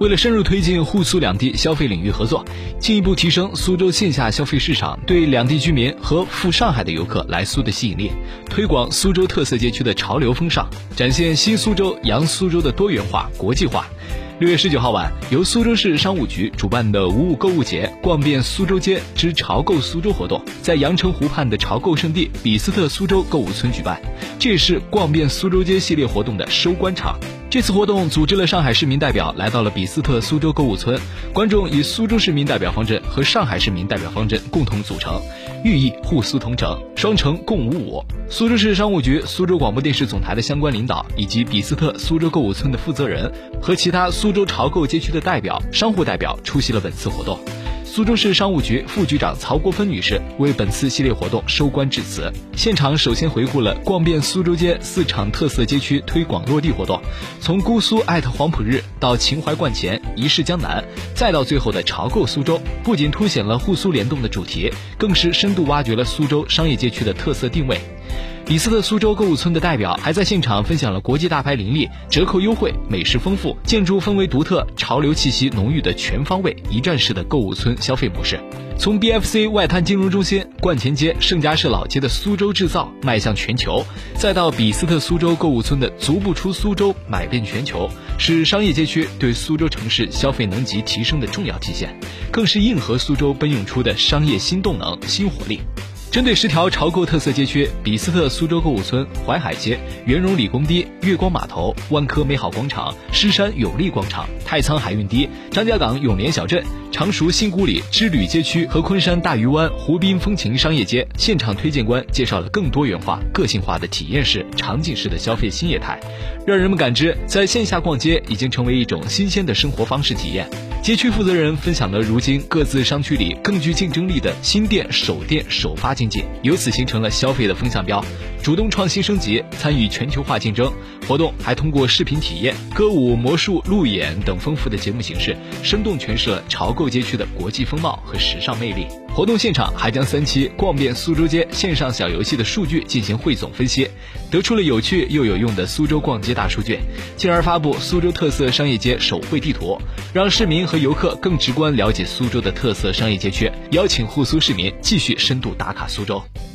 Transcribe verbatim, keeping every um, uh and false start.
为了深入推进沪苏两地消费领域合作，进一步提升苏州线下消费市场对两地居民和赴上海的游客来苏的吸引力，推广苏州特色街区的潮流风尚，展现新苏州扬苏州的多元化、国际化。六月十九号晚，由苏州市商务局主办的五五购物节逛遍苏州街之潮购苏州活动，在阳澄湖畔的潮购圣地比斯特苏州购物村举办，这也是逛遍苏州街系列活动的收官场。这次活动组织了上海市民代表来到了比斯特苏州购物村，观众以苏州市民代表方阵和上海市民代表方阵共同组成，寓意沪苏同城，双城共舞舞。苏州市商务局、苏州广播电视总台的相关领导，以及比斯特苏州购物村的负责人和其他苏州潮购街区的代表、商户代表出席了本次活动。苏州市商务局副局长曹国芬女士为本次系列活动收官致辞。现场首先回顾了逛遍苏州街四场特色街区推广落地活动，从姑苏艾特黄埔日到秦淮观前、一世江南，再到最后的潮购苏州，不仅凸显了沪苏联动的主题，更是深度挖掘了苏州商业街区的特色定位。比斯特苏州购物村的代表还在现场分享了国际大牌林立、折扣优惠、美食丰富、建筑氛围独特、潮流气息浓郁的全方位一站式的购物村消费模式。从 B F C 外滩金融中心、观前街、盛家市老街的苏州制造迈向全球，再到比斯特苏州购物村的足不出苏州买遍全球，是商业街区对苏州城市消费能级提升的重要体现，更是应和苏州奔涌出的商业新动能、新活力。针对十条潮购特色街区，比斯特苏州购物村、淮海街、圆融理工堤、月光码头、万科美好广场、狮山永利广场、太仓海运堤、张家港永联小镇、常熟新古里织旅街区和昆山大鱼湾湖滨风情商业街，现场推荐官介绍了更多元化、个性化的体验式、场景式的消费新业态，让人们感知在线下逛街已经成为一种新鲜的生活方式体验。街区负责人分享了如今各自商区里更具竞争力的新店、首店、首发经济，由此形成了消费的风向标，主动创新升级，参与全球化竞争。活动还通过视频体验、歌舞、魔术、路演等丰富的节目形式，生动诠释了潮购街区的国际风貌和时尚魅力。活动现场还将三期逛遍苏州街线上小游戏的数据进行汇总分析，得出了有趣又有用的苏州逛街大数据，进而发布苏州特色商业街手绘地图，让市民和游客更直观了解苏州的特色商业街区，邀请沪苏市民继续深度打卡苏州。